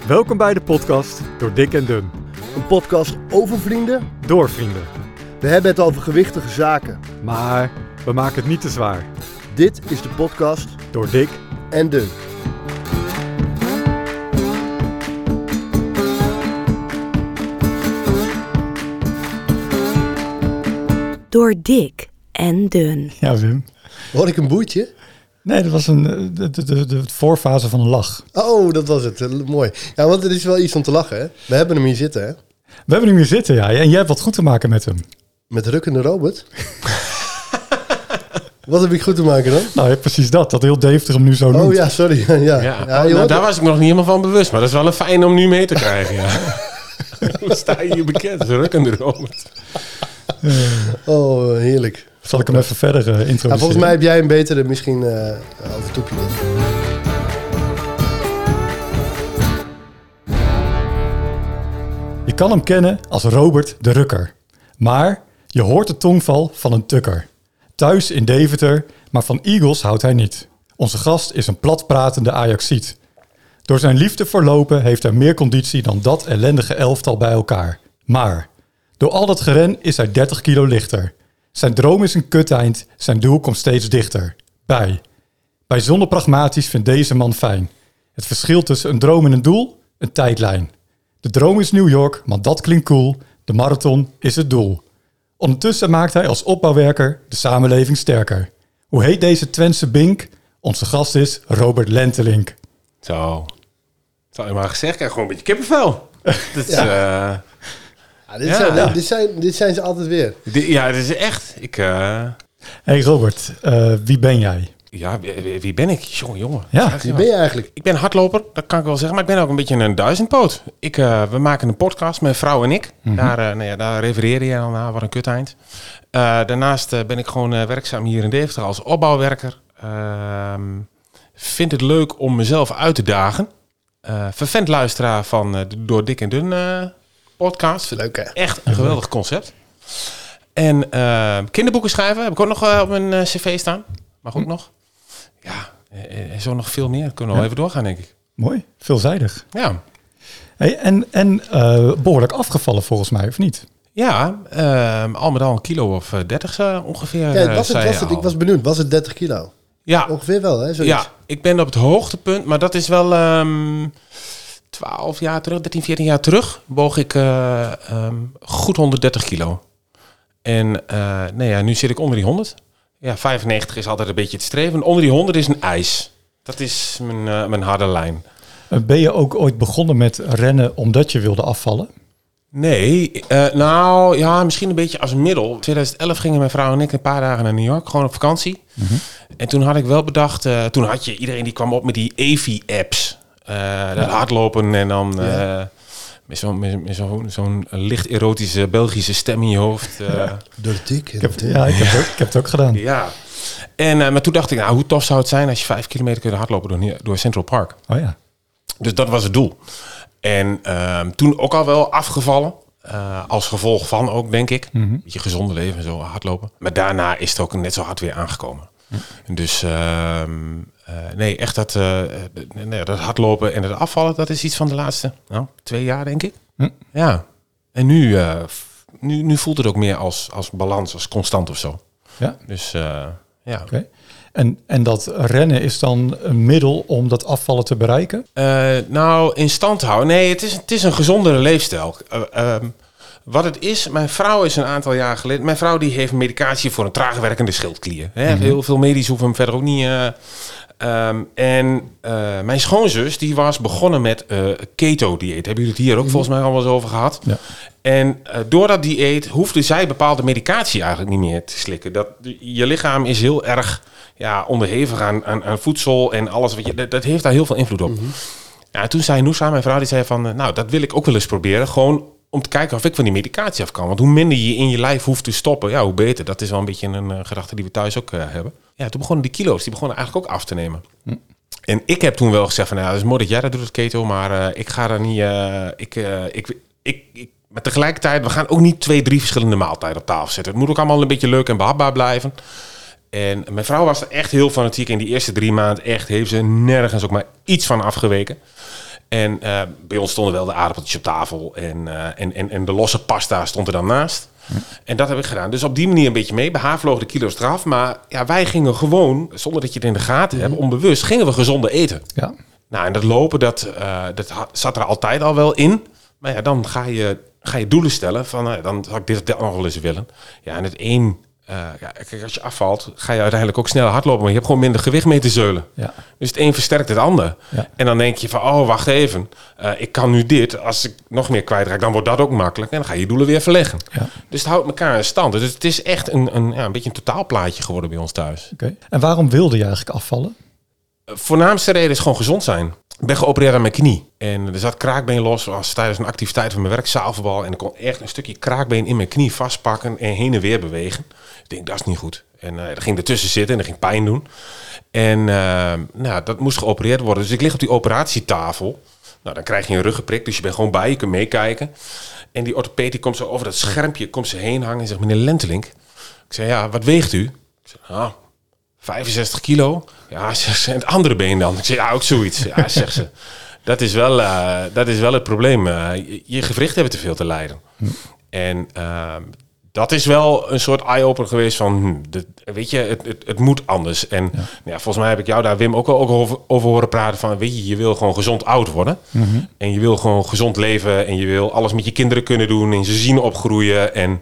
Welkom bij de podcast Door Dik en Dun. Een podcast over vrienden. Door vrienden. We hebben het over gewichtige zaken. Maar we maken het niet te zwaar. Dit is de podcast Door Dik en Dun. Door dik en dun. Ja, Wim. Hoor ik een boertje? Nee, dat was de voorfase van een lach. Oh, dat was het. Mooi. Ja, want er is wel iets om te lachen, hè? We hebben hem hier zitten, hè? We hebben hem hier zitten, ja. En jij hebt wat goed te maken met hem. Met rukkende Robert. Wat heb ik goed te maken dan? Nou, ja, precies dat. Dat heel Deventer hem nu zo noemt. Oh ja, sorry. Daar was ik me nog niet helemaal van bewust. Maar dat is wel een fijn om nu mee te krijgen, ja. Hoe sta je hier bekend? Rukkende Robert. Oh, heerlijk. Zal ik hem even verder introduceren? Ja, volgens mij heb jij een betere misschien als toepje dit. Je kan hem kennen als Robert de Rukker. Maar je hoort de tongval van een tukker. Thuis in Deventer, maar van Eagles houdt hij niet. Onze gast is een platpratende Ajaxiet. Door zijn liefde voor lopen heeft hij meer conditie dan dat ellendige elftal bij elkaar. Maar door al dat geren is hij 30 kilo lichter. Zijn droom is een kuteind, zijn doel komt steeds dichter. Bijzonder pragmatisch vindt deze man fijn. Het verschil tussen een droom en een doel? Een tijdlijn. De droom is New York, maar dat klinkt cool. De marathon is het doel. Ondertussen maakt hij als opbouwwerker de samenleving sterker. Hoe heet deze Twentse bink? Onze gast is Robert Lentelink. Zo. Dat had je maar gezegd. Ik krijg gewoon een beetje kippenvel. Dat is, Dit zijn ze altijd weer. dit is echt. Hey Robert, wie ben jij? Ja, wie ben ik? Jongen. Ja, Wie ben je eigenlijk? Ik ben hardloper, dat kan ik wel zeggen. Maar ik ben ook een beetje een duizendpoot. We maken een podcast, mijn vrouw en ik. Mm-hmm. Daar refereerde je al naar, wat een kuteind. Daarnaast ben ik gewoon werkzaam hier in Deventer als opbouwwerker. Vind het leuk om mezelf uit te dagen. Vervent luisteraar van de Door Dik en Dun podcast. Leuk, hè? Echt een geweldig concept. En kinderboeken schrijven heb ik ook nog op mijn cv staan. Mag ook nog. Ja, en zo nog veel meer. Kunnen we wel even doorgaan, denk ik. Mooi, veelzijdig. Ja. Hey, en behoorlijk afgevallen volgens mij, of niet? Ja, al met al een kilo of 30 ongeveer. Ja, ik was benieuwd. Was het 30 kilo? Ja. Ongeveer wel, hè? Zoiets. Ja, ik ben op het hoogtepunt, maar dat is wel 12 jaar terug, 13, 14 jaar terug, woog ik goed 130 kilo. En nu zit ik onder die 100. Ja, 95 is altijd een beetje het streven. Onder die 100 is een ijs. Dat is mijn harde lijn. Ben je ook ooit begonnen met rennen omdat je wilde afvallen? Nee, misschien een beetje als middel. In 2011 gingen mijn vrouw en ik een paar dagen naar New York, gewoon op vakantie. Mm-hmm. En toen had ik wel bedacht, iedereen die kwam op met die Evi-apps. Dat hardlopen en dan met zo'n licht erotische Belgische stem in je hoofd. Door dik. Ik heb het ook gedaan. Ja. En maar toen dacht ik, hoe tof zou het zijn als je 5 kilometer kunt hardlopen door Central Park. Oh ja. Dus dat was het doel. En toen ook al wel afgevallen. Als gevolg van ook, denk ik. Mm-hmm. Beetje gezonde leven en zo, hardlopen. Maar daarna is het ook net zo hard weer aangekomen. Mm. Dus echt dat hardlopen en het afvallen, dat is iets van de laatste 2 jaar, denk ik. Mm. Ja. En nu voelt het ook meer als balans, als constant of zo. Ja. Dus ja. Okay. En dat rennen is dan een middel om dat afvallen te bereiken? In stand houden. Nee, het is een gezondere leefstijl. Wat het is, mijn vrouw is een aantal jaar geleden... Mijn vrouw die heeft medicatie voor een traag werkende schildklier. Mm-hmm. Heel veel medisch hoeven hem verder ook niet... mijn schoonzus die was begonnen met keto-dieet. Hebben jullie het hier ook volgens mij al wel eens over gehad? Ja. En door dat dieet hoefde zij bepaalde medicatie eigenlijk niet meer te slikken. Je lichaam is heel erg onderhevig aan voedsel en alles. Dat heeft daar heel veel invloed op. Mm-hmm. Ja, toen zei Noosa, mijn vrouw, die zei van... dat wil ik ook wel eens proberen. Gewoon om te kijken of ik van die medicatie af kan. Want hoe minder je in je lijf hoeft te stoppen, hoe beter. Dat is wel een beetje een gedachte die we thuis ook hebben. Ja, toen begonnen die kilo's, die begonnen eigenlijk ook af te nemen. Hm. En ik heb toen wel gezegd van, dat is mooi dat jij dat doet, het keto, maar ik ga daar niet... Maar tegelijkertijd, we gaan ook niet 2, 3 verschillende maaltijden op tafel zetten. Het moet ook allemaal een beetje leuk en behapbaar blijven. En mijn vrouw was er echt heel fanatiek. In die eerste 3 maanden echt heeft ze nergens ook maar iets van afgeweken. En bij ons stonden wel de aardappeltjes op tafel. En de losse pasta stond er dan naast. En dat heb ik gedaan. Dus op die manier een beetje mee. Bij haar vlogen de kilo's eraf. Maar ja, wij gingen gewoon, zonder dat je het in de gaten hebt, onbewust, gingen we gezonder eten. Ja. Nou, en dat lopen, dat zat er altijd al wel in. Maar ja, dan ga je doelen stellen van, dan zou ik dit nog wel eens willen. Ja, en het kijk, als je afvalt, ga je uiteindelijk ook sneller hardlopen. Maar je hebt gewoon minder gewicht mee te zeulen. Ja. Dus het een versterkt het ander. Ja. En dan denk je van, wacht even. Ik kan nu dit. Als ik nog meer kwijtraak, dan wordt dat ook makkelijk. En dan ga je doelen weer verleggen. Ja. Dus het houdt elkaar in stand. Dus het is echt een beetje een totaalplaatje geworden bij ons thuis. Okay. En waarom wilde je eigenlijk afvallen? Voornaamste reden is gewoon gezond zijn. Ik ben geopereerd aan mijn knie. En er zat kraakbeen los als tijdens een activiteit van mijn werk, zaalvoetbal. En ik kon echt een stukje kraakbeen in mijn knie vastpakken en heen en weer bewegen. Ik denk, dat is niet goed. En dat ging ertussen zitten en dat ging pijn doen. En dat moest geopereerd worden. Dus ik lig op die operatietafel. Nou, dan krijg je een ruggenprik, dus je bent gewoon bij, je kunt meekijken. En die orthopeed die komt zo over dat schermpje, komt ze heen hangen en zegt, meneer Lentelink. Ik zei, ja, wat weegt u? Ik zei, 65 kilo. Ja, zegt ze. En het andere been dan? Ik zei, ja, ook zoiets. Ja, zegt ze. Dat is wel het probleem. Je gewrichten hebben te veel te lijden. En dat is wel een soort eye-opener geweest van, weet je, het moet anders. En volgens mij heb ik jou daar, Wim, ook al over horen praten van, weet je wil gewoon gezond oud worden. Mm-hmm. En je wil gewoon gezond leven en je wil alles met je kinderen kunnen doen en ze zien opgroeien. En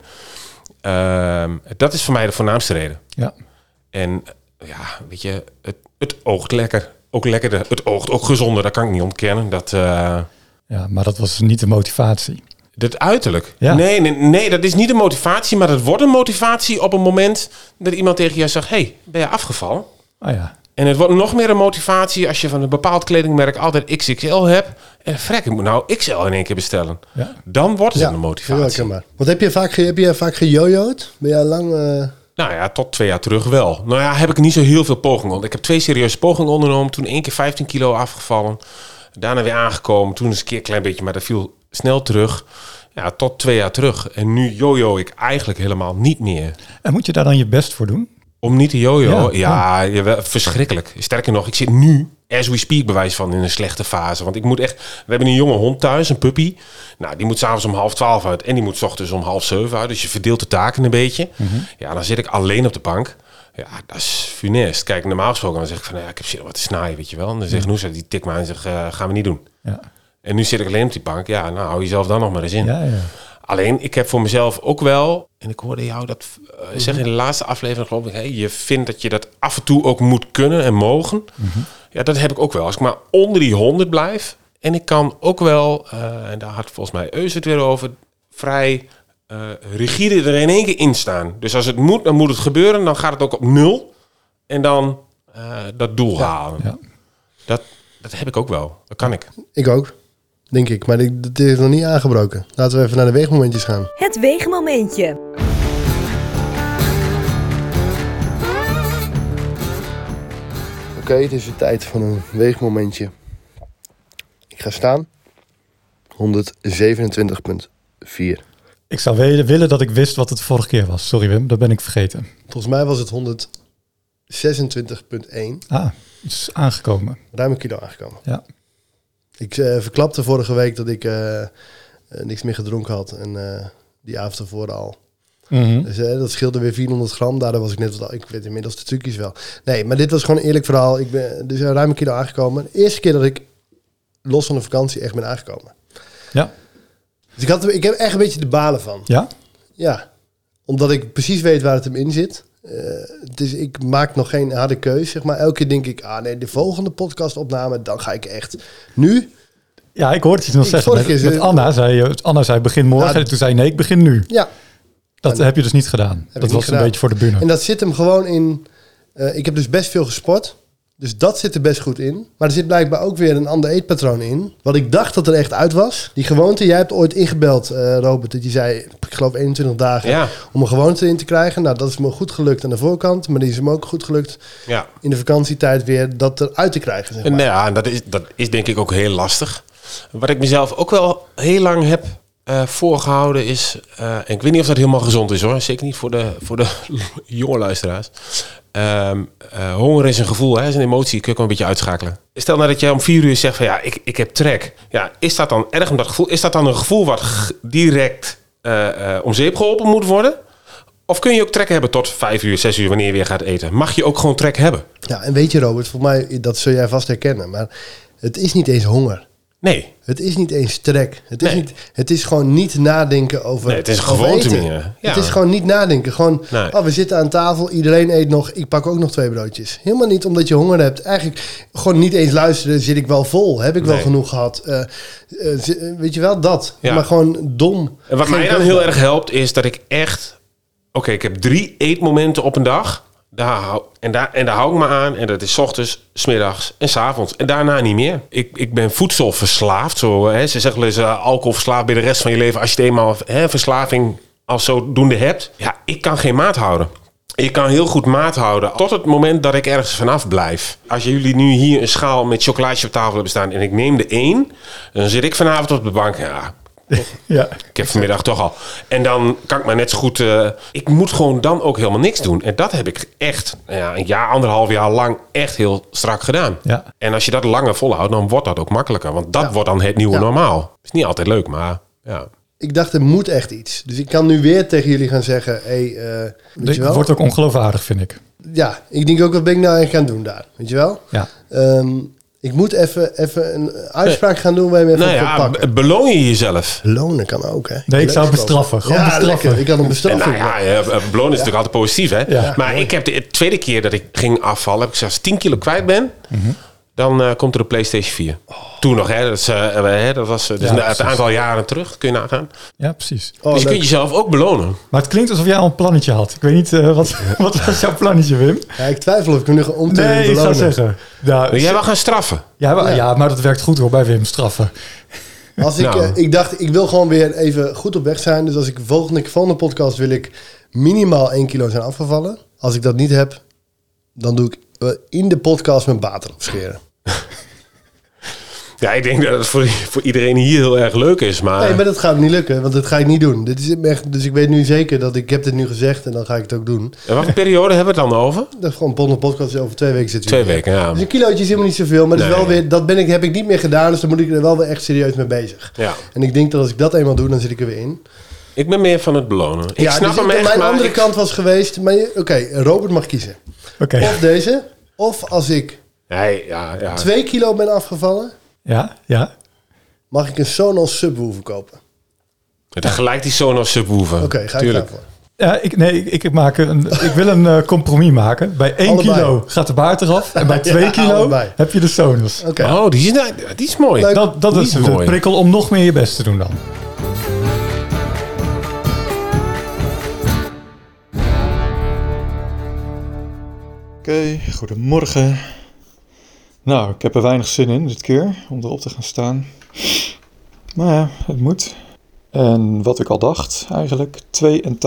dat is voor mij de voornaamste reden. Ja. En ja, weet je, het oogt lekker. Ook lekkerder. Het oogt ook gezonder, dat kan ik niet ontkennen. Ja, maar dat was niet de motivatie. Dat uiterlijk? Ja. Nee, dat is niet de motivatie, maar dat wordt een motivatie op een moment dat iemand tegen jou zegt, hey, ben je afgevallen? Oh ja. En het wordt nog meer een motivatie als je van een bepaald kledingmerk altijd XXL hebt. En frek, ik moet nou XL in één keer bestellen. Ja. Dan wordt het een motivatie. Ja, want heb je vaak gejojo'd? Ben je lang... Nou ja, tot 2 jaar terug wel. Nou ja, heb ik niet zo heel veel pogingen. Ik heb 2 serieuze pogingen ondernomen. Toen 1 keer 15 kilo afgevallen. Daarna weer aangekomen. Toen eens een keer een klein beetje, maar dat viel snel terug. Ja, tot 2 jaar terug. En nu jojo ik eigenlijk helemaal niet meer. En moet je daar dan je best voor doen? Om niet te jojo? Ja, verschrikkelijk. Sterker nog, ik zit nu, as we speak, bewijs van in een slechte fase. Want ik moet echt... We hebben een jonge hond thuis, een puppy. Nou, die moet 's avonds om 6:30 uit. En die moet 's ochtends om 6:30 uit. Dus je verdeelt de taken een beetje. Mm-hmm. Ja, dan zit ik alleen op de bank. Ja, dat is funest. Kijk, normaal gesproken dan zeg ik van... ik heb zin om wat te snijden, weet je wel. En dan zegt Noosa, die tikt me aan en zegt... gaan we niet doen. Ja. En nu zit ik alleen op die bank. Ja, nou, hou jezelf dan nog maar eens in. Ja. Alleen, ik heb voor mezelf ook wel... En ik hoorde jou dat zeggen in de laatste aflevering, geloof ik... je vindt dat je dat af en toe ook moet kunnen en mogen. Mm-hmm. Ja, dat heb ik ook wel. Als ik maar onder die 100 blijf... En ik kan ook wel... en daar had volgens mij Eus het weer over... vrij rigide er in één keer in staan. Dus als het moet, dan moet het gebeuren. Dan gaat het ook op 0. En dan dat doel halen. Ja. Dat heb ik ook wel. Dat kan ik. Ik ook. Denk ik. Maar het is nog niet aangebroken. Laten we even naar de weegmomentjes gaan. Het weegmomentje. Oké, het is de tijd van een weegmomentje. Ik ga staan. 127,4. Ik zou willen dat ik wist wat het vorige keer was. Sorry Wim, dat ben ik vergeten. Volgens mij was het 126,1. Ah, het is aangekomen. Ruim een kilo aangekomen. Ja. Ik verklapte vorige week dat ik niks meer gedronken had. En die avond ervoor al. Mm-hmm. Dus dat scheelde weer 400 gram. Daardoor was ik net wat... Ik weet inmiddels de trucjes wel. Nee, maar dit was gewoon een eerlijk verhaal. Ik ben dus ruim een kilo aangekomen. De eerste keer dat ik los van de vakantie echt ben aangekomen. Ja. Dus ik heb echt een beetje de balen van. Ja? Ja. Omdat ik precies weet waar het hem in zit. Dus ik maak nog geen harde keus, zeg maar. Elke keer denk ik, de volgende podcastopname, dan ga ik echt nu. Ja, ik hoorde het je nog zeggen. Met Anna zei begin morgen. En toen zei nee, ik begin nu. Ja. Dat heb je dus niet gedaan. Dat was een beetje voor de bühne. En dat zit hem gewoon in... ik heb dus best veel gesport. Dus dat zit er best goed in. Maar er zit blijkbaar ook weer een ander eetpatroon in. Wat ik dacht dat er echt uit was. Die gewoonte, jij hebt ooit ingebeld, Robert. Dat je zei, ik geloof 21 dagen om een gewoonte in te krijgen. Nou, dat is me goed gelukt aan de voorkant. Maar die is me ook goed gelukt in de vakantietijd weer dat eruit te krijgen. Zeg maar. Ja, dat is denk ik ook heel lastig. Wat ik mezelf ook wel heel lang heb voorgehouden is... en ik weet niet of dat helemaal gezond is hoor. Zeker niet voor de jonge luisteraars. Honger is een gevoel, hè, is een emotie. Kun je ook een beetje uitschakelen. Stel nou dat je om 4 uur zegt van ja, ik heb trek. Ja, is dat dan erg om dat gevoel? Is dat dan een gevoel wat direct om zeep geholpen moet worden? Of kun je ook trek hebben tot 5 uur, 6 uur wanneer je weer gaat eten? Mag je ook gewoon trek hebben? Ja, en weet je Robert, volgens mij, dat zul jij vast herkennen. Maar het is niet eens honger. Nee. Het is niet eens trek. Het is gewoon niet nadenken over. Nee, het is een gewoonte meer. Ja. Het is gewoon niet nadenken. Gewoon, Nee. we zitten aan tafel, iedereen eet nog, ik pak ook nog 2 broodjes. Helemaal niet omdat je honger hebt. Eigenlijk gewoon niet eens luisteren, zit ik wel vol? Heb ik wel genoeg gehad? Weet je wel, dat. Ja. Maar gewoon dom. En wat mij dan heel erg helpt, is dat ik echt... Oké, ik heb 3 eetmomenten op een dag. Daar hou ik me aan. En dat is 's ochtends, 's middags en 's avonds. En daarna niet meer. Ik ben voedselverslaafd. Zo, hè. Ze zeggen wel eens alcoholverslaafd bij de rest van je leven. Als je het eenmaal verslaving als zodoende hebt. Ja, ik kan geen maat houden. Ik kan heel goed maat houden tot het moment dat ik ergens vanaf blijf. Als jullie nu hier een schaal met chocolaatje op tafel hebben staan en ik neem de 1, dan zit ik vanavond op de bank. Ja, ik heb vanmiddag toch al. En dan kan ik maar net zo goed... ik moet gewoon dan ook helemaal niks doen. En dat heb ik echt een jaar, 1,5 jaar lang echt heel strak gedaan. Ja. En als je dat langer volhoudt, dan wordt dat ook makkelijker. Want dat wordt dan het nieuwe normaal. Is niet altijd leuk, maar ja. Ik dacht, er moet echt iets. Dus ik kan nu weer tegen jullie gaan zeggen... weet je wel? Het wordt ook ongeloofwaardig, vind ik. Ja, ik denk ook, wat ben ik nou eigenlijk gaan doen daar? Weet je wel? Ja. Ik moet even een uitspraak gaan doen waar je me even op pakken. Beloon je jezelf? Belonen kan ook, hè? Nee, ik zou bestraffen. Gewoon bestraffen. Lekker. Ik had hem bestraffen. Belonen is natuurlijk altijd positief, hè? Ja. Maar ik heb de tweede keer dat ik ging afvallen... heb ik zelfs 10 kilo kwijt ben... Dan komt er een PlayStation 4. Toen nog, hè? Dat was dus het aantal jaren terug. Kun je nagaan. Ja, precies. Dus je kunt jezelf ook belonen. Maar het klinkt alsof jij al een plannetje had. Ik weet niet, wat was jouw plannetje, Wim? Ja, ik twijfel of ik hem nu om te belonen. Nee, ik zou zeggen. Nou, jij wil gaan straffen. Ja, maar dat werkt goed hoor, bij Wim, straffen. Als ik dacht, ik wil gewoon weer even goed op weg zijn. Dus als ik volgende podcast wil ik minimaal 1 kilo zijn afgevallen. Als ik dat niet heb, dan doe ik in de podcast mijn baard erop scheren. Ja, ik denk dat het voor iedereen hier heel erg leuk is. Maar... Nee, maar dat gaat niet lukken, want dat ga ik niet doen. Dit is echt, dus ik weet nu zeker dat ik heb dit nu gezegd en dan ga ik het ook doen. En wat voor periode hebben we het dan over? Dat is gewoon een podcast over 2 weken zitten. 2 weken, ja. Dus een kilootje is helemaal niet zoveel, maar wel weer, heb ik niet meer gedaan, dus dan moet ik er wel weer echt serieus mee bezig. Ja. En ik denk dat als ik dat eenmaal doe, dan zit ik er weer in. Ik ben meer van het belonen. Ik snap hem echt, mijn andere kant was geweest, maar Robert mag kiezen. Of deze, of als ik 2 kilo ben afgevallen, mag ik een Sonos subwoofer kopen. Gelijk die Sonos subwoofer. Oké, ga ik daarvoor. Ja, ik wil een compromis maken. Bij 1 kilo gaat de baard eraf. En bij 2 kilo heb je de Sonos. Okay. Oh, die is mooi. Dat is de prikkel om nog meer je best te doen dan. Oké, goedemorgen. Nou, ik heb er weinig zin in dit keer om erop te gaan staan. Maar ja, het moet. En wat ik al dacht, eigenlijk 82,65.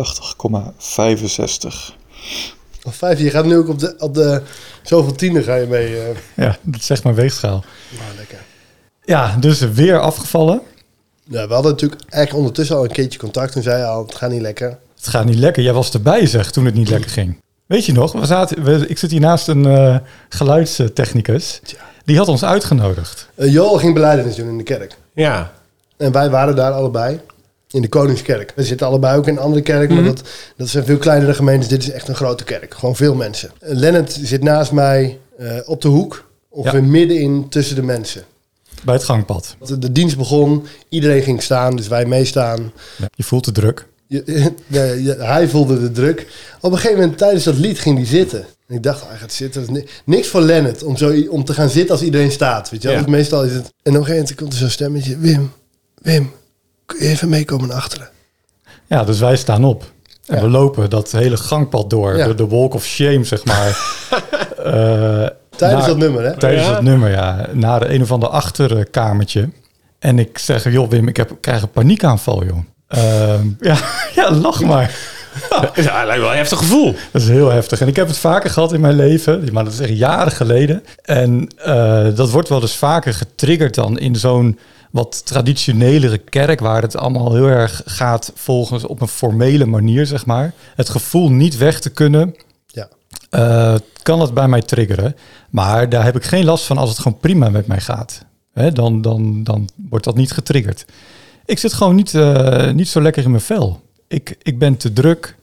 Of 5, je gaat nu ook op de zoveel tienden ga je mee. Ja, dat zegt mijn weegschaal. Nou, lekker. Ja, dus weer afgevallen. Ja, we hadden natuurlijk eigenlijk ondertussen al een keertje contact. Toen zei je al, het gaat niet lekker. Het gaat niet lekker. Jij was erbij, zeg, toen het niet lekker ging. Weet je nog, ik zit hier naast een geluidstechnicus. Ja. Die had ons uitgenodigd. Joel ging belijdenis doen in de kerk. Ja. En wij waren daar allebei in de Koningskerk. We zitten allebei ook in een andere kerk, maar dat zijn veel kleinere gemeentes. Dit is echt een grote kerk. Gewoon veel mensen. Lennart zit naast mij op de hoek. Ongeveer middenin tussen de mensen. Bij het gangpad. De dienst begon. Iedereen ging staan, dus wij meestaan. Ja, je voelt de druk. Hij voelde de druk. Op een gegeven moment tijdens dat lied ging hij zitten. En ik dacht, hij gaat zitten. Dat is niks voor Lennart om te gaan zitten als iedereen staat. Weet je wel? Ja. Dus meestal is het... En op een gegeven moment komt er zo'n stemmetje. Wim, kun je even meekomen naar achteren? Ja, dus wij staan op. En we lopen dat hele gangpad door. Ja. De walk of shame, zeg maar. Tijdens dat nummer, hè? Tijdens dat nummer, ja. Naar een of ander achterkamertje. En ik zeg, joh Wim, ik krijg een paniekaanval, joh. Lach maar. Ja, lijkt wel een heftig gevoel. Dat is heel heftig. En ik heb het vaker gehad in mijn leven, maar dat is echt jaren geleden. En dat wordt wel eens vaker getriggerd dan in zo'n wat traditionelere kerk, waar het allemaal heel erg gaat volgens op een formele manier, zeg maar. Het gevoel niet weg te kunnen kan het bij mij triggeren. Maar daar heb ik geen last van als het gewoon prima met mij gaat. Hè, dan wordt dat niet getriggerd. Ik zit gewoon niet zo lekker in mijn vel. Ik ben te druk.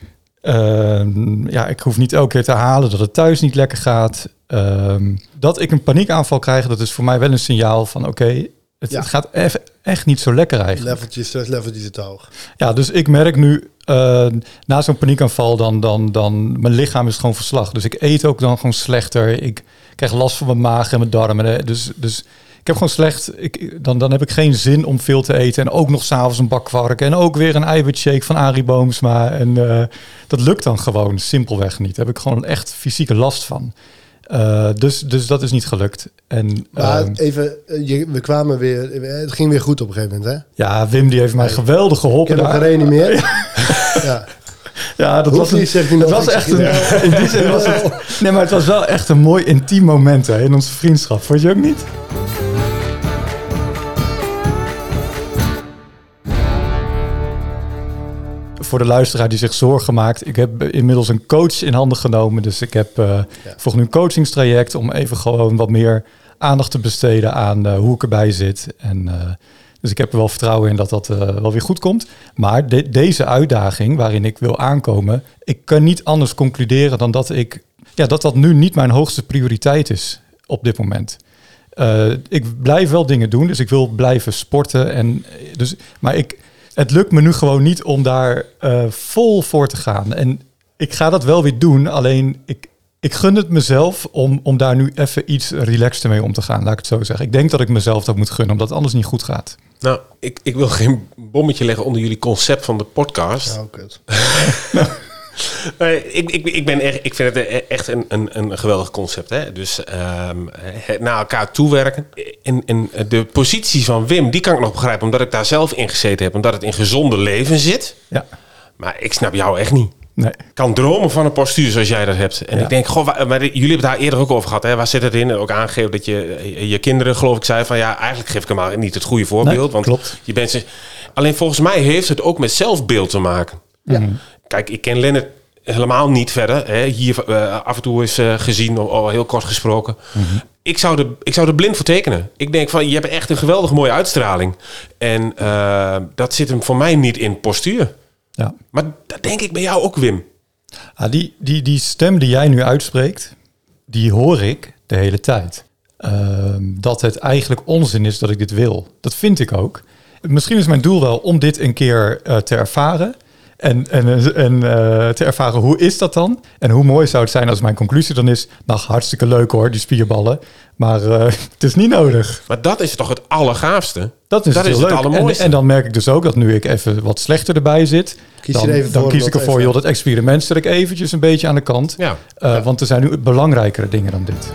Ik hoef niet elke keer te halen dat het thuis niet lekker gaat. Dat ik een paniekaanval krijg, dat is voor mij wel een signaal van oké, het gaat echt niet zo lekker eigenlijk. Stressleveltje te hoog. Ja, dus ik merk nu na zo'n paniekaanval dan mijn lichaam is gewoon verslag. Dus ik eet ook dan gewoon slechter. Ik krijg last van mijn maag en mijn darmen. Dus ik heb gewoon slecht. Dan heb ik geen zin om veel te eten. En ook nog 's avonds een bak kwark. En ook weer een eiwitshake van Arie Boomsma. En dat lukt dan gewoon simpelweg niet. Daar heb ik gewoon echt fysieke last van. Dus dat is niet gelukt. Maar even, we kwamen weer. Het ging weer goed op een gegeven moment, hè? Ja, Wim die heeft mij geweldig geholpen. Ik heb hem gereanimeerd. Ja. Ja, dat was echt een. In die zin was het. Nee, maar het was wel echt een mooi intiem moment hè, in onze vriendschap. Vond je ook niet? Voor de luisteraar die zich zorgen maakt. Ik heb inmiddels een coach in handen genomen. Dus ik heb volg nu een coachingstraject om even gewoon wat meer aandacht te besteden aan hoe ik erbij zit. Dus ik heb er wel vertrouwen in dat wel weer goed komt. Maar deze uitdaging waarin ik wil aankomen, ik kan niet anders concluderen dan dat nu niet mijn hoogste prioriteit is op dit moment. Ik blijf wel dingen doen, dus ik wil blijven sporten. Maar het lukt me nu gewoon niet om daar vol voor te gaan. En ik ga dat wel weer doen, alleen ik gun het mezelf om daar nu even iets relaxter mee om te gaan, laat ik het zo zeggen. Ik denk dat ik mezelf dat moet gunnen, omdat het anders niet goed gaat. Nou, ik wil geen bommetje leggen onder jullie concept van de podcast. Nou, kut. Ik vind het echt een geweldig concept. Hè? Dus naar elkaar toewerken. En de positie van Wim, die kan ik nog begrijpen, omdat ik daar zelf in gezeten heb, omdat het in gezonde leven zit. Ja. Maar ik snap jou echt niet. Nee. Ik kan dromen van een postuur zoals jij dat hebt. En ik denk, maar jullie hebben het daar eerder ook over gehad. Hè? Waar zit het in? Ook aangegeven dat je kinderen, geloof ik, zei van ja, eigenlijk geef ik hem maar niet het goede voorbeeld. Nee, want klopt. Je bent ze. Alleen volgens mij heeft het ook met zelfbeeld te maken. Ja. Kijk, ik ken Lennart helemaal niet verder. Hè? Hier af en toe is gezien, al heel kort gesproken. Mm-hmm. Ik zou er blind voor tekenen. Ik denk van, je hebt echt een geweldig mooie uitstraling. En dat zit hem voor mij niet in postuur. Ja. Maar dat denk ik bij jou ook, Wim. Die stem die jij nu uitspreekt, die hoor ik de hele tijd. Dat het eigenlijk onzin is dat ik dit wil. Dat vind ik ook. Misschien is mijn doel wel om dit een keer te ervaren. En te ervaren, hoe is dat dan? En hoe mooi zou het zijn als mijn conclusie dan is, nou, hartstikke leuk hoor, die spierballen. Maar het is niet nodig. Maar dat is toch het allergaafste? Dat is het allermooiste. En dan merk ik dus ook dat nu ik even wat slechter erbij zit, dan kies ik ervoor, joh, dat experiment zet ik eventjes een beetje aan de kant. Ja. Want er zijn nu belangrijkere dingen dan dit.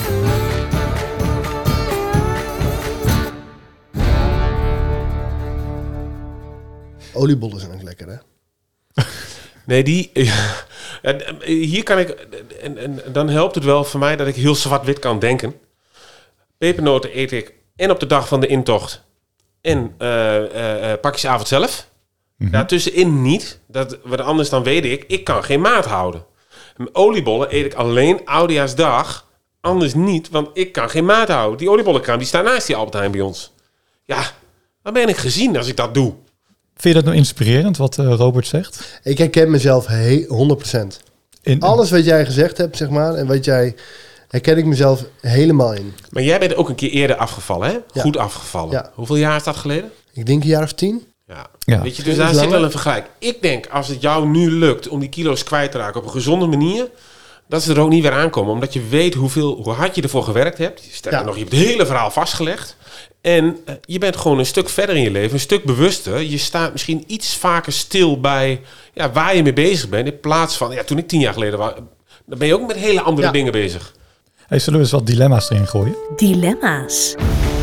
Oliebollen zijn ook lekker, hè? Nee, hier kan ik. En dan helpt het wel voor mij dat ik heel zwart-wit kan denken. Pepernoten eet ik en op de dag van de intocht. En pakjesavond zelf. Mm-hmm. Daartussenin niet. Want anders dan weet ik kan geen maat houden. Oliebollen eet ik alleen Oudejaarsdag. Anders niet, want ik kan geen maat houden. Die oliebollenkraam die staat naast die Albert Heijn bij ons. Ja, waar ben ik gezien als ik dat doe? Vind je dat nou inspirerend, wat Robert zegt? Ik herken mezelf 100%. Alles wat jij gezegd hebt, zeg maar, en wat jij... herken ik mezelf helemaal in. Maar jij bent ook een keer eerder afgevallen, hè? Ja. Goed afgevallen. Ja. Hoeveel jaar is dat geleden? Ik denk een jaar of 10. Ja. Weet je, dus daar zit wel een vergelijk. Ik denk, als het jou nu lukt om die kilo's kwijt te raken op een gezonde manier, dat ze er ook niet weer aankomen. Omdat je weet hoe hard je ervoor gewerkt hebt. Sterker nog, je hebt het hele verhaal vastgelegd. En je bent gewoon een stuk verder in je leven, een stuk bewuster. Je staat misschien iets vaker stil bij waar je mee bezig bent. In plaats van, toen ik 10 jaar geleden was, dan ben je ook met hele andere dingen bezig. Hey, zullen we eens wat dilemma's erin gooien? Dilemma's.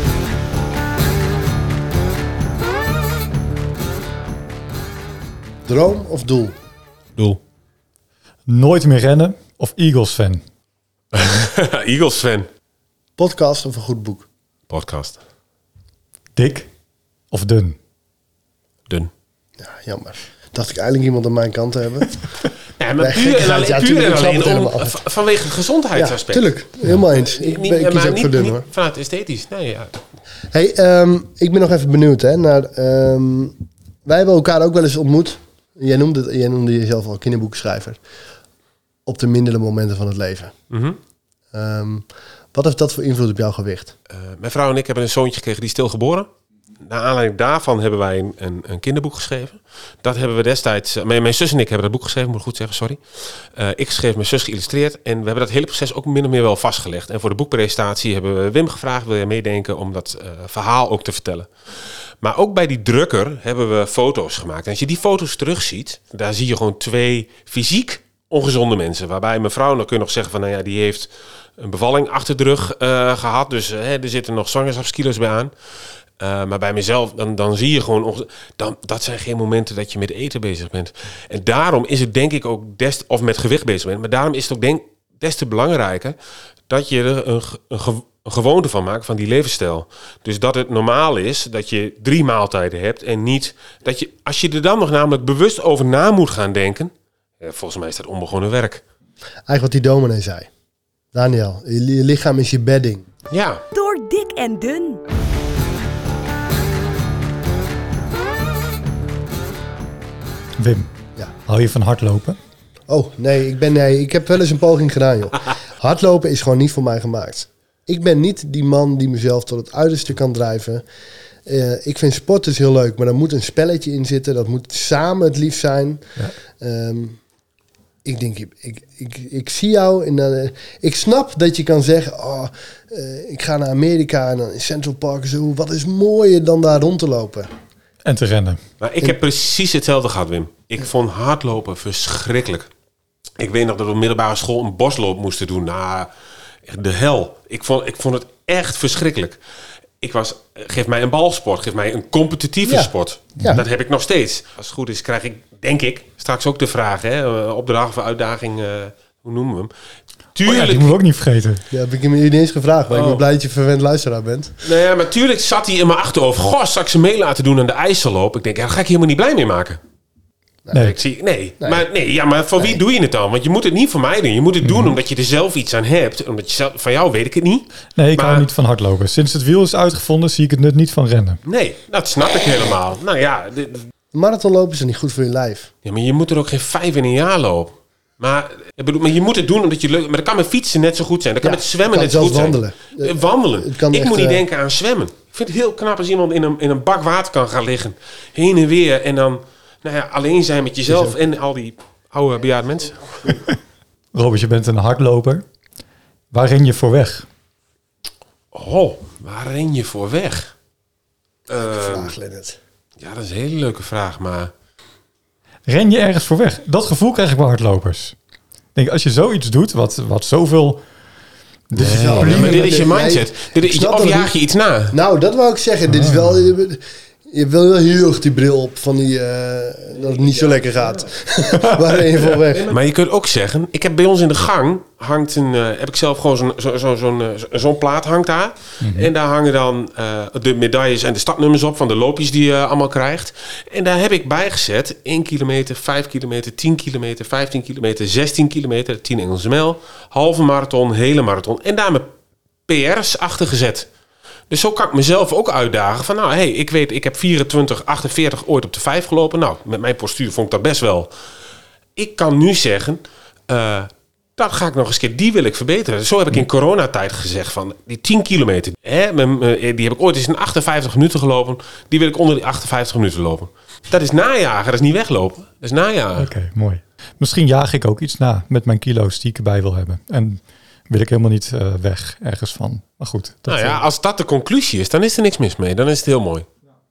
Droom of doel? Doel. Nooit meer rennen of Eagles fan? Eagles fan. Podcast of een goed boek? Podcast. Dik of dun? Dun. Ja, jammer. Dacht ik eindelijk iemand aan mijn kant te hebben. Ja, maar Nee, puur en gekkigheid. Ja, alleen, tuurlijk, ik snap het om, helemaal. vanwege het gezondheidsaspect. Tuurlijk, helemaal eens. Ik kies maar ook voor dun, hoor. vanuit esthetisch. Nee, ja. Hey, ik ben nog even benieuwd, hè, naar... wij hebben elkaar ook wel eens ontmoet. Jij noemde jezelf al kinderboekschrijver. Op de mindere momenten van het leven. Mhm. Wat heeft dat voor invloed op jouw gewicht? Mijn vrouw en ik hebben een zoontje gekregen die is stilgeboren. Naar aanleiding daarvan hebben wij een kinderboek geschreven. Dat hebben we destijds... Mijn zus en ik hebben dat boek geschreven, moet ik goed zeggen, sorry. Ik geschreven, mijn zus geïllustreerd. En we hebben dat hele proces ook min of meer wel vastgelegd. En voor de boekpresentatie hebben we Wim gevraagd... wil je meedenken om dat verhaal ook te vertellen. Maar ook bij die drukker hebben we foto's gemaakt. En als je die foto's terugziet, daar zie je gewoon 2 fysiek ongezonde mensen. Waarbij mijn vrouw, dan kun je nog zeggen van... nou ja, die heeft een bevalling achter de rug gehad. Dus er zitten nog zwangerschapskilo's bij aan. Maar bij mezelf, dan zie je gewoon... dat zijn geen momenten dat je met eten bezig bent. En daarom is het denk ik ook... of met gewicht bezig bent. Maar daarom is het ook des te belangrijker... dat je er een gewoonte van maakt, van die levensstijl. Dus dat het normaal is dat je 3 maaltijden hebt... en niet dat je... Als je er dan nog namelijk bewust over na moet gaan denken... volgens mij is dat onbegonnen werk. Eigenlijk wat die dominee zei. Daniel, je lichaam is je bedding. Ja. Door dik en dun. Wim, Ja. hou je van hardlopen? Oh, nee, ik heb wel eens een poging gedaan, joh. Hardlopen is gewoon niet voor mij gemaakt. Ik ben niet die man die mezelf tot het uiterste kan drijven. Ik vind sport dus heel leuk, maar er moet een spelletje in zitten. Dat moet samen het liefst zijn. Ja. Ik denk, ik zie jou. Ik snap dat je kan zeggen... ik ga naar Amerika en dan in Central Park. Zo, wat is mooier dan daar rond te lopen? En te rennen. Maar ik heb precies hetzelfde gehad, Wim. Ik vond hardlopen verschrikkelijk. Ik weet nog dat we op middelbare school een bosloop moesten doen. Nou, de hel. Ik vond het echt verschrikkelijk. Geef mij een balsport. Geef mij een competitieve sport. Ja. Dat heb ik nog steeds. Als het goed is, krijg ik, denk ik, straks ook de vraag. Opdracht of uitdaging, hoe noemen we hem? Tuurlijk. Die moeten we ook niet vergeten. Ja, heb ik hem niet eens gevraagd. Maar ik ben blij dat je verwend luisteraar bent. Nou ja, maar tuurlijk zat hij in mijn achterhoofd. Goh, straks ze mee laten doen aan de IJsselloop. Ik denk, daar ga ik helemaal niet blij mee maken. Nee. Maar voor wie doe je het dan? Want je moet het niet voor mij doen. Je moet het doen omdat je er zelf iets aan hebt. Omdat je zelf, van jou weet ik het niet. Nee, ik hou niet van hardlopen. Sinds het wiel is uitgevonden, zie ik het nut niet van rennen. Nee, dat snap ik helemaal. Nou ja, Marathonlopen is er niet goed voor je lijf. ja, maar je moet er ook geen 5 in een jaar lopen. Maar je moet het doen omdat je leuk... Maar dat kan met fietsen net zo goed zijn. Dat kan met zwemmen net zo goed wandelen. zijn. Wandelen. Kan Ik echt, moet niet denken aan zwemmen. Ik vind het heel knap als iemand in een bak water kan gaan liggen. Heen en weer. En dan alleen zijn met jezelf en al die oude bejaarde mensen. Robert, je bent een hardloper. Waar ren je voor weg? Oh, waar ren je voor weg? Vraag, Lennart. Ja, dat is een hele leuke vraag, maar... Ren je ergens voor weg? Dat gevoel krijg ik bij hardlopers. Ik denk, als je zoiets doet, wat zoveel... maar dit is je mindset. Of jaag je iets na? Nou, dat wou ik zeggen. Dit is wel... Je wil wel heel erg die bril op van die... dat het niet zo lekker gaat. Waar ren je voor weg? Maar je kunt ook zeggen... Ik heb bij ons in de gang... heb ik zelf gewoon zo'n plaat hangt daar. Mm-hmm. En daar hangen dan de medailles en de startnummers op... van de loopjes die je allemaal krijgt. En daar heb ik bijgezet 1 kilometer, 5 kilometer, 10 kilometer... 15 kilometer, 16 kilometer, 10 Engelse mijl... halve marathon, hele marathon. En daar mijn PR's achter gezet. Dus zo kan ik mezelf ook uitdagen van... nou, ik weet, ik heb 24:48 ooit op de 5 gelopen. Nou, met mijn postuur vond ik dat best wel. Ik kan nu zeggen... dat ga ik nog eens keer, die wil ik verbeteren. Zo heb ik in coronatijd gezegd van... die 10 kilometer, die heb ik ooit eens in 58 minuten gelopen. Die wil ik onder die 58 minuten lopen. Dat is najagen, dat is niet weglopen. Dat is najagen. Oké, mooi. Misschien jaag ik ook iets na met mijn kilo's die ik erbij wil hebben. En wil ik helemaal niet weg ergens van. Maar goed. Als dat de conclusie is, dan is er niks mis mee. Dan is het heel mooi.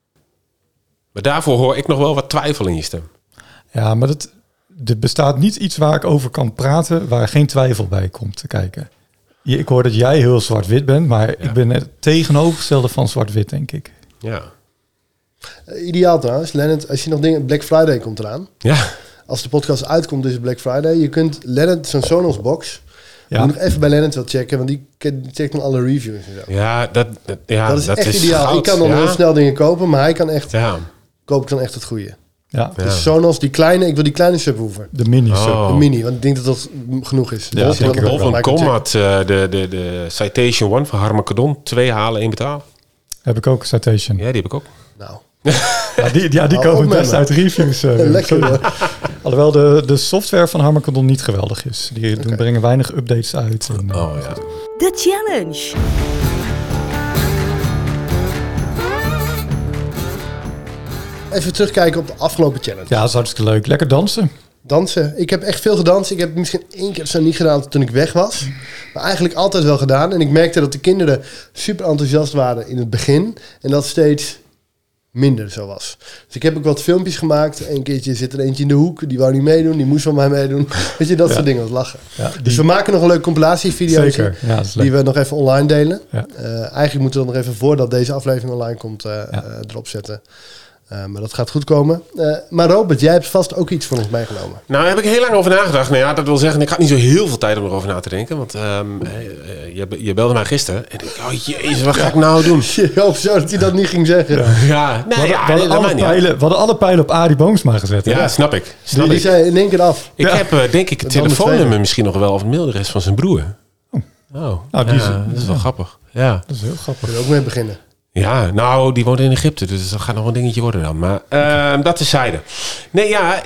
Maar daarvoor hoor ik nog wel wat twijfel in je stem. Ja, maar er bestaat niet iets waar ik over kan praten... waar geen twijfel bij komt te kijken. Ik hoor dat jij heel zwart-wit bent... maar ik ben het tegenovergestelde van zwart-wit, denk ik. Ja. Ideaal trouwens, Lennart. Als je nog dingen... Black Friday komt eraan. Ja. Als de podcast uitkomt, is het Black Friday. Je kunt Lennart, zo'n Sonos box... Ja. Moet nog even bij Lennart wel checken, want die checkt dan alle reviews en zo. Ja, dat is echt is ideaal. goud. Ik kan dan heel snel dingen kopen, maar hij kan echt... Ja. Koop ik dan echt het goede. Ja. Dus Sonos, die kleine, ik wil die kleine subwoofer. De mini-sub. Oh. De mini, want ik denk dat dat genoeg is. Ja, zeker. Bol.com had de Citation One van Harman Kardon. 2 halen, 1 betalen. Heb ik ook, Citation. Ja, die heb ik ook. Nou, Ja, die komen op met best me. uit reviews. lekker hoor. Alhoewel de software van Harman Kardon niet geweldig is. Die brengen weinig updates uit. En, Oh ja. The Challenge. Even terugkijken op de afgelopen challenge. Ja, dat is hartstikke leuk. Lekker dansen. Dansen. Ik heb echt veel gedanst. Ik heb misschien 1 keer zo niet gedaan toen ik weg was. Maar eigenlijk altijd wel gedaan. En ik merkte dat de kinderen super enthousiast waren in het begin. En dat steeds minder zo was. Dus ik heb ook wat filmpjes gemaakt. Een keertje zit er eentje in de hoek. Die wou niet meedoen. Die moest van mij meedoen. Weet je, dat soort dingen. Wat lachen. Ja, Dus we maken nog een leuke compilatievideo. Zeker. Ja, dat is leuk. Die we nog even online delen. Ja. Eigenlijk moeten we dat nog even voordat deze aflevering online komt erop zetten. Maar dat gaat goed komen. Maar Robert, jij hebt vast ook iets voor ons meegenomen. Nou, daar heb ik heel lang over nagedacht. Nou ja, dat wil zeggen, ik had niet zo heel veel tijd om erover na te denken. Want je belde mij gisteren. En ik dacht, oh jezus, wat ga ik nou doen? Ik hoop zo dat hij dat niet ging zeggen. Ja, nee, We ja, hadden dat maakt niet uit. we hadden alle pijlen op Arie Boomsma gezet. Hè? Ja, snap ik. Snap Die ik. zei in één keer af. Ik heb denk ik het Dan de telefoonnummer tweede. misschien nog wel of het mailadres van zijn broer. Oh, Nou, die ja, dat is wel grappig. Ja. Dat is heel grappig. Kunnen we ook mee beginnen. Ja, nou, die woont in Egypte, dus dat gaat nog een dingetje worden dan. Maar dat terzijde. Nee, ja,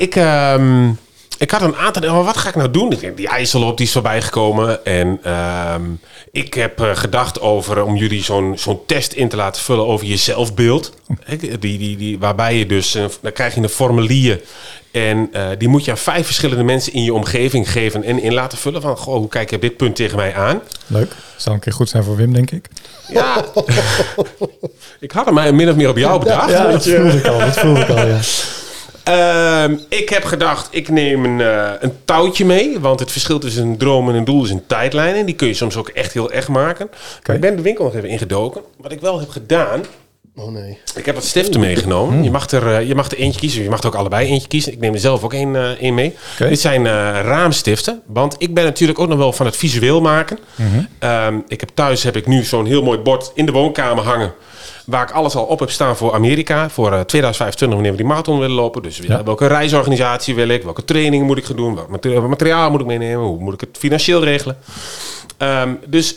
ik had een aantal... Wat ga ik nou doen? Ik denk, die IJsselop die is voorbij gekomen. En ik heb gedacht over om jullie zo'n test in te laten vullen over je zelfbeeld. Waarbij je dus... dan krijg je een formulier. En die moet je aan 5 verschillende mensen in je omgeving geven en in laten vullen. Van, goh, hoe kijk je op dit punt tegen mij aan? Leuk. Zou een keer goed zijn voor Wim, denk ik. Ja, ik had hem min of meer op jou bedacht. Ja, weet dat je. voelde ik al, ja. Ik heb gedacht, ik neem een touwtje mee. Want het verschil tussen een droom en een doel is een tijdlijn. En die kun je soms ook echt heel erg maken. Oké. Ik ben de winkel nog even ingedoken. Wat ik wel heb gedaan... Oh nee. Ik heb wat stiften meegenomen. Je mag er eentje kiezen. Je mag er ook allebei eentje kiezen. Ik neem er zelf ook één mee. Oké. Dit zijn raamstiften. Want ik ben natuurlijk ook nog wel van het visueel maken. Thuis heb ik nu zo'n heel mooi bord in de woonkamer hangen. Waar ik alles al op heb staan voor Amerika. Voor 2025, wanneer we die marathon willen lopen. Dus welke reisorganisatie wil ik? Welke trainingen moet ik gaan doen? Welk materiaal moet ik meenemen? Hoe moet ik het financieel regelen? Dus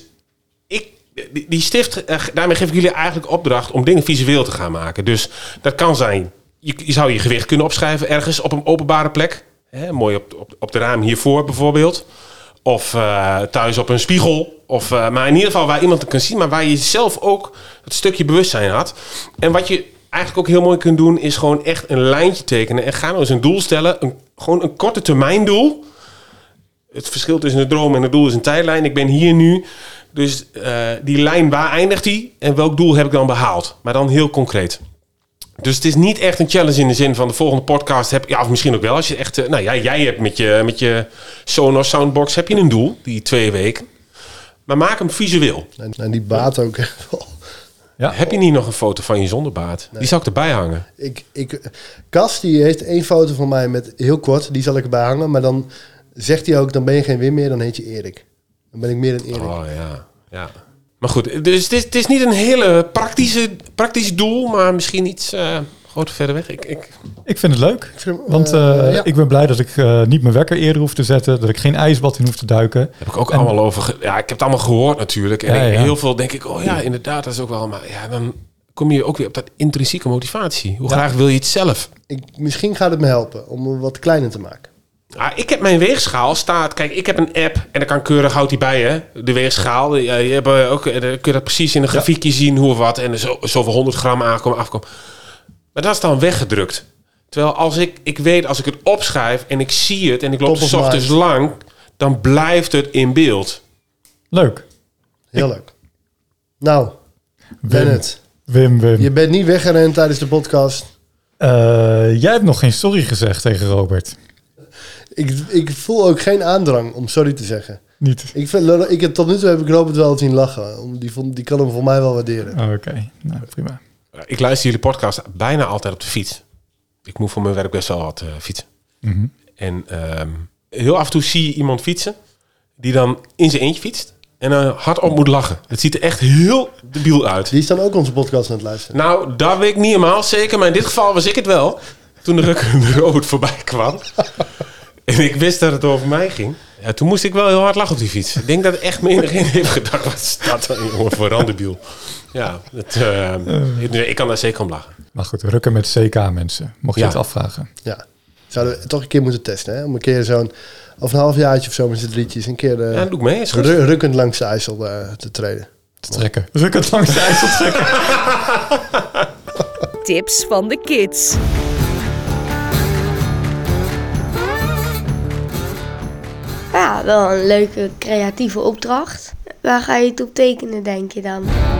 die stift, daarmee geef ik jullie eigenlijk opdracht om dingen visueel te gaan maken. Dus dat kan zijn, je zou je gewicht kunnen opschrijven ergens op een openbare plek. Hè, mooi op de raam hiervoor bijvoorbeeld. Of thuis op een spiegel. Maar in ieder geval waar iemand het kan zien, maar waar je zelf ook het stukje bewustzijn had. En wat je eigenlijk ook heel mooi kunt doen, is gewoon echt een lijntje tekenen. En ga nou eens een doel stellen, gewoon een korte termijn doel. Het verschil tussen een droom en een doel is een tijdlijn. Ik ben hier nu. Dus die lijn, waar eindigt die? En welk doel heb ik dan behaald? Maar dan heel concreet. Dus het is niet echt een challenge in de zin van de volgende podcast heb... Ja, of misschien ook wel. Als je echt... jij hebt met je Sonos Soundbox heb je een doel. Die 2 weken. Maar maak hem visueel. En die baat ook echt wel. Ja. Heb je niet nog een foto van je zonder baard? Nee. Die zou ik erbij hangen. Cas, die heeft 1 foto van mij met heel kort. Die zal ik erbij hangen. Maar dan zegt hij ook, dan ben je geen Wim meer. Dan heet je Erik. Dan ben ik meer een Erik. Oh ja. Maar goed, dus het is niet een hele praktisch doel, maar misschien iets groot verder weg. Ik vind het leuk. vind, Want ja. ik ben blij dat ik niet mijn wekker eerder hoef te zetten. Dat ik geen ijsbad in hoef te duiken. Heb ik ook allemaal over. Ja, ik heb het allemaal gehoord natuurlijk. En Ja. heel veel denk ik, oh ja, inderdaad, dat is ook wel. Maar ja, dan kom je ook weer op dat intrinsieke motivatie. Hoe graag wil je het zelf? Misschien gaat het me helpen om hem wat kleiner te maken. Ah, ik heb mijn weegschaal staat. Kijk, ik heb een app en dan kan keurig houdt die bij hè. De weegschaal. Je hebt ook, dan kun je dat precies in een grafiekje zien hoe of wat en zoveel 100 gram afkomen. Maar dat is dan weggedrukt. Terwijl als ik weet, als ik het opschrijf en ik zie het en ik loop 's ochtends lang, dan blijft het in beeld. Leuk. Heel leuk. Nou, Bennett. Wim. Je bent niet weggerend tijdens de podcast. Jij hebt nog geen sorry gezegd tegen Robert. Ik voel ook geen aandrang om sorry te zeggen. Niet? Tot nu toe heb ik Robert wel zien lachen. Die kan hem voor mij wel waarderen. Oh, oké, nou prima. Ik luister jullie podcast bijna altijd op de fiets. Ik moet voor mijn werk best wel wat fietsen. Mm-hmm. En heel af en toe zie je iemand fietsen die dan in zijn eentje fietst en hardop moet lachen. Het ziet er echt heel debiel uit. Die is dan ook onze podcast aan het luisteren. Nou, dat weet ik niet helemaal zeker, maar in dit geval was ik het wel. toen de rukkende Robert voorbij kwam. En ik wist dat het over mij ging. Ja, toen moest ik wel heel hard lachen op die fiets. Ik denk dat echt menigeen heeft gedacht, wat staat er jongen voor randebiel. Ja, ik kan daar zeker om lachen. Maar goed, rukken met CK mensen, mocht je het afvragen. Ja, zouden we toch een keer moeten testen, hè? Om een keer zo'n, of een halfjaartje of zo met z'n drietjes, een keer doe ik mee, is goed. Rukkend langs de IJssel te treden. Te trekken. Rukkend langs de IJssel trekken. Tips van de kids. Ja, wel een leuke creatieve opdracht. Waar ga je het op tekenen, denk je dan?